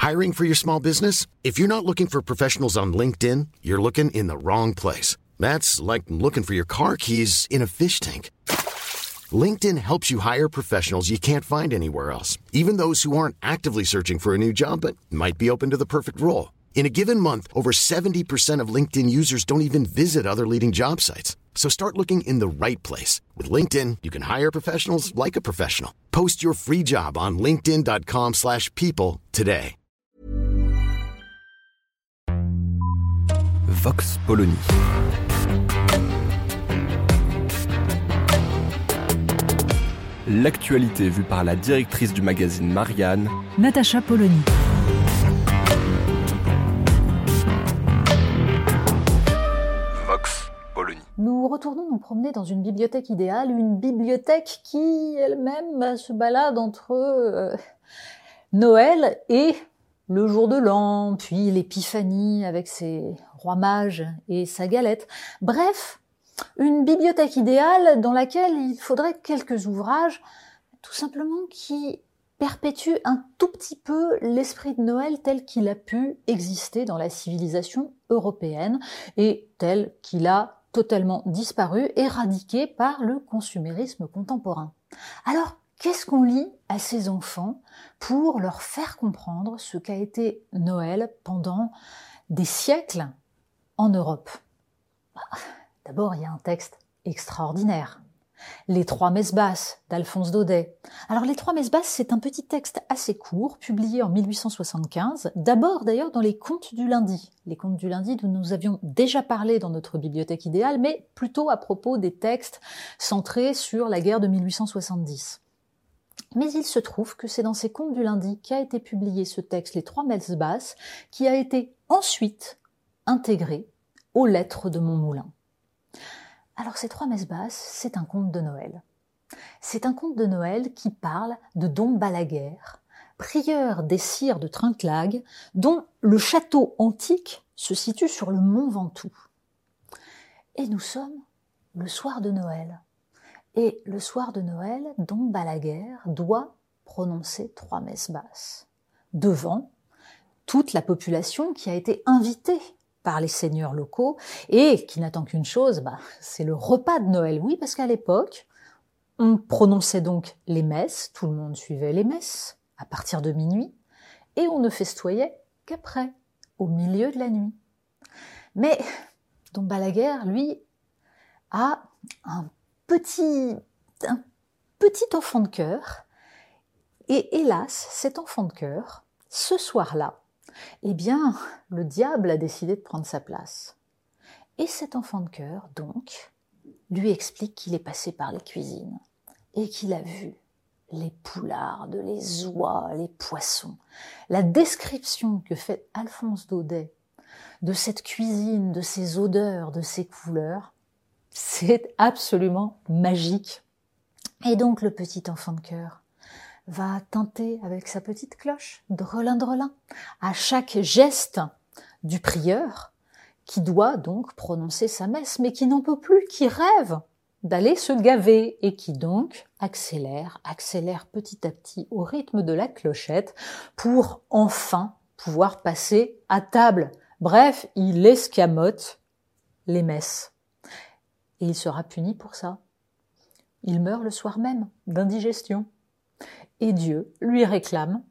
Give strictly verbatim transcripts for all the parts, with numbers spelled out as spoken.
Hiring for your small business? If you're not looking for professionals on LinkedIn, you're looking in the wrong place. That's like looking for your car keys in a fish tank. LinkedIn helps you hire professionals you can't find anywhere else, even those who aren't actively searching for a new job but might be open to the perfect role. In a given month, over seventy percent of LinkedIn users don't even visit other leading job sites. So start looking in the right place. With LinkedIn, you can hire professionals like a professional. Post your free job on linkedin dot com slash people today. Vox Polony. L'actualité vue par la directrice du magazine Marianne, Natacha Polony. Vox Polony. Nous retournons nous promener dans une bibliothèque idéale, une bibliothèque qui elle-même se balade entre euh, Noël et le jour de l'an, puis l'épiphanie avec ses rois mages et sa galette. Bref, une bibliothèque idéale dans laquelle il faudrait quelques ouvrages, tout simplement qui perpétuent un tout petit peu l'esprit de Noël tel qu'il a pu exister dans la civilisation européenne et tel qu'il a totalement disparu, éradiqué par le consumérisme contemporain. Alors, qu'est-ce qu'on lit à ces enfants pour leur faire comprendre ce qu'a été Noël pendant des siècles en Europe ? D'abord, il y a un texte extraordinaire. Les Trois Messes basses d'Alphonse Daudet. Alors, Les Trois Messes basses, c'est un petit texte assez court, publié en mille huit cent soixante-quinze, d'abord d'ailleurs dans les Contes du lundi. Les Contes du lundi dont nous avions déjà parlé dans notre bibliothèque idéale, mais plutôt à propos des textes centrés sur la guerre de mille huit cent soixante-dix. Mais il se trouve que c'est dans ces Contes du lundi qu'a été publié ce texte, Les Trois Messes basses, qui a été ensuite intégré aux Lettres de Montmoulin. Alors ces Trois Messes basses, c'est un conte de Noël. C'est un conte de Noël qui parle de Dom Balaguer, prieur des sires de Trinquelague, dont le château antique se situe sur le mont Ventoux. Et nous sommes le soir de Noël. Et le soir de Noël, Dom Balaguer doit prononcer trois messes basses devant toute la population qui a été invitée par les seigneurs locaux et qui n'attend qu'une chose, bah, c'est le repas de Noël. Oui, parce qu'à l'époque, on prononçait donc les messes, tout le monde suivait les messes à partir de minuit et on ne festoyait qu'après, au milieu de la nuit. Mais Dom Balaguer, lui, a un petit, un petit enfant de cœur et hélas, cet enfant de cœur, ce soir-là, eh bien, le diable a décidé de prendre sa place. Et cet enfant de cœur, donc, lui explique qu'il est passé par les cuisines et qu'il a vu les poulardes, les oies, les poissons. La description que fait Alphonse Daudet de cette cuisine, de ses odeurs, de ses couleurs, c'est absolument magique. Et donc, le petit enfant de cœur va tinter avec sa petite cloche, drelin, drelin, à chaque geste du prieur, qui doit donc prononcer sa messe, mais qui n'en peut plus, qui rêve d'aller se gaver, et qui donc accélère, accélère petit à petit au rythme de la clochette, pour enfin pouvoir passer à table. Bref, il escamote les messes. Et il sera puni pour ça. Il meurt le soir même d'indigestion. Et Dieu lui réclame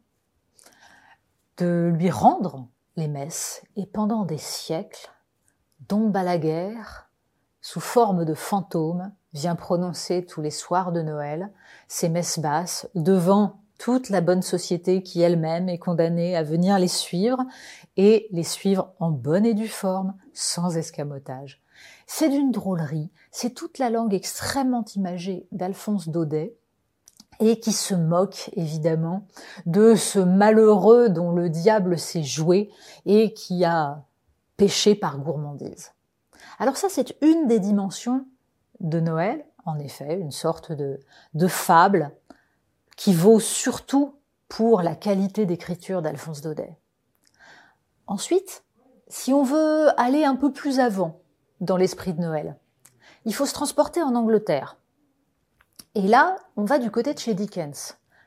de lui rendre les messes. Et pendant des siècles, Dom Balaguer, sous forme de fantôme, vient prononcer tous les soirs de Noël ces messes basses devant toute la bonne société qui elle-même est condamnée à venir les suivre et les suivre en bonne et due forme, sans escamotage. C'est d'une drôlerie, c'est toute la langue extrêmement imagée d'Alphonse Daudet, et qui se moque évidemment de ce malheureux dont le diable s'est joué et qui a péché par gourmandise. Alors ça, c'est une des dimensions de Noël, en effet, une sorte de, de fable qui vaut surtout pour la qualité d'écriture d'Alphonse Daudet. Ensuite, si on veut aller un peu plus avant dans l'esprit de Noël, il faut se transporter en Angleterre. Et là, on va du côté de chez Dickens.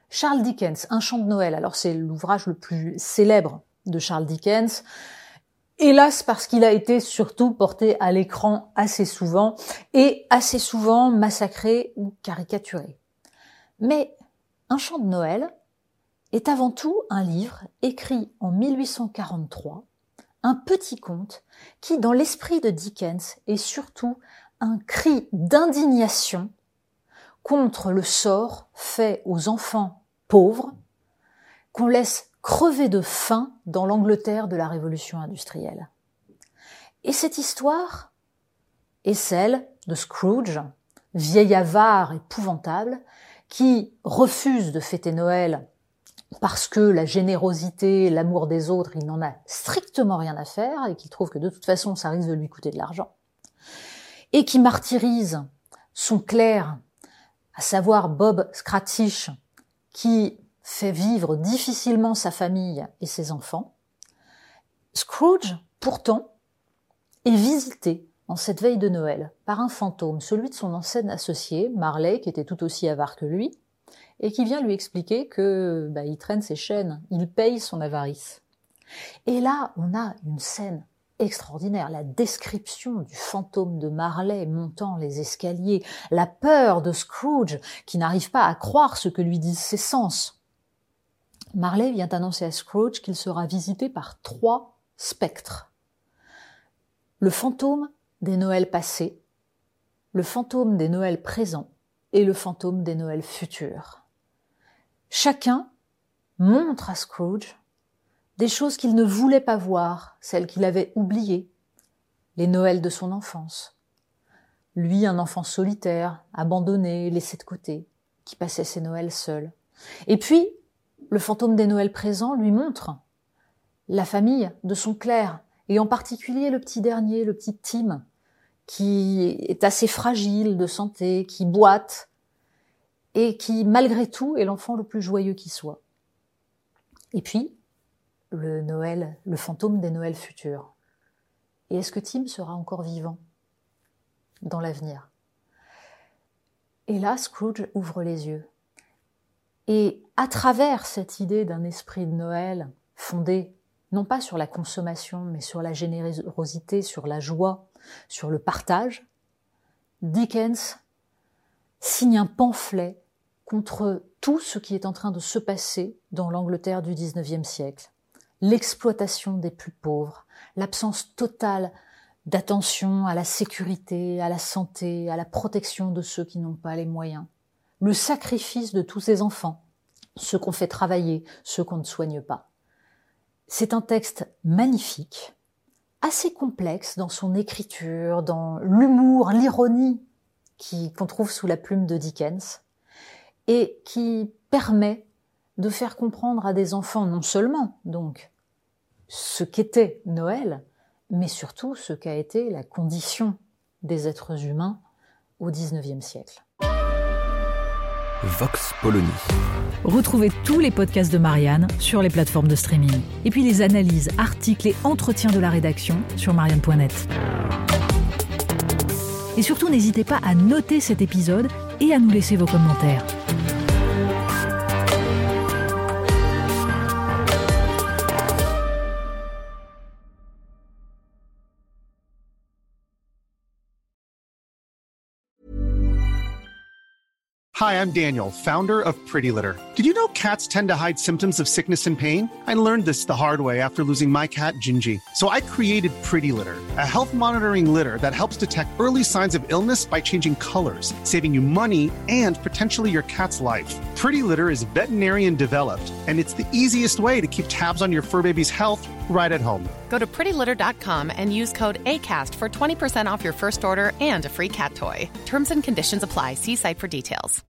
Charles Dickens, Un chant de Noël. Alors c'est l'ouvrage le plus célèbre de Charles Dickens. Hélas, parce qu'il a été surtout porté à l'écran assez souvent et assez souvent massacré ou caricaturé. Mais Un chant de Noël est avant tout un livre écrit en mille huit cent quarante-trois, un petit conte qui, dans l'esprit de Dickens, est surtout un cri d'indignation contre le sort fait aux enfants pauvres qu'on laisse crever de faim dans l'Angleterre de la Révolution industrielle. Et cette histoire est celle de Scrooge, vieil avare épouvantable, qui refuse de fêter Noël parce que la générosité, l'amour des autres, il n'en a strictement rien à faire et qu'il trouve que de toute façon ça risque de lui coûter de l'argent, et qui martyrise son clerc, à savoir Bob Scratchit, qui fait vivre difficilement sa famille et ses enfants. Scrooge, pourtant, est visité en cette veille de Noël par un fantôme, celui de son ancien associé, Marley, qui était tout aussi avare que lui, et qui vient lui expliquer que bah, il traîne ses chaînes, il paye son avarice. Et là, on a une scène extraordinaire, la description du fantôme de Marley montant les escaliers, la peur de Scrooge qui n'arrive pas à croire ce que lui disent ses sens. Marley vient annoncer à Scrooge qu'il sera visité par trois spectres. Le fantôme des Noëls passés, le fantôme des Noëls présents et le fantôme des Noëls futurs. Chacun montre à Scrooge des choses qu'il ne voulait pas voir, celles qu'il avait oubliées, les Noëls de son enfance. Lui, un enfant solitaire, abandonné, laissé de côté, qui passait ses Noëls seul. Et puis, le fantôme des Noëls présents lui montre la famille de son clerc, et en particulier le petit dernier, le petit Tim, qui est assez fragile de santé, qui boite, et qui, malgré tout, est l'enfant le plus joyeux qui soit. Et puis, le Noël, le fantôme des Noëls futurs. Et est-ce que Tim sera encore vivant dans l'avenir? Et là, Scrooge ouvre les yeux. Et à travers cette idée d'un esprit de Noël fondé non pas sur la consommation, mais sur la générosité, sur la joie, sur le partage, Dickens signe un pamphlet contre tout ce qui est en train de se passer dans l'Angleterre du dix-neuvième siècle. L'exploitation des plus pauvres, l'absence totale d'attention à la sécurité, à la santé, à la protection de ceux qui n'ont pas les moyens, le sacrifice de tous ces enfants, ceux qu'on fait travailler, ceux qu'on ne soigne pas. C'est un texte magnifique, assez complexe dans son écriture, dans l'humour, l'ironie qui, qu'on trouve sous la plume de Dickens, et qui permet de faire comprendre à des enfants non seulement, donc, ce qu'était Noël, mais surtout ce qu'a été la condition des êtres humains au dix-neuvième siècle. Vox Polony. Retrouvez tous les podcasts de Marianne sur les plateformes de streaming. Et puis les analyses, articles et entretiens de la rédaction sur marianne point net. Et surtout, n'hésitez pas à noter cet épisode et à nous laisser vos commentaires. Hi, I'm Daniel, founder of Pretty Litter. Did you know cats tend to hide symptoms of sickness and pain? I learned this the hard way after losing my cat, Gingy. So I created Pretty Litter, a health monitoring litter that helps detect early signs of illness by changing colors, saving you money and potentially your cat's life. Pretty Litter is veterinarian developed, and it's the easiest way to keep tabs on your fur baby's health right at home. Go to pretty litter dot com and use code ACAST for twenty percent off your first order and a free cat toy. Terms and conditions apply. See site for details.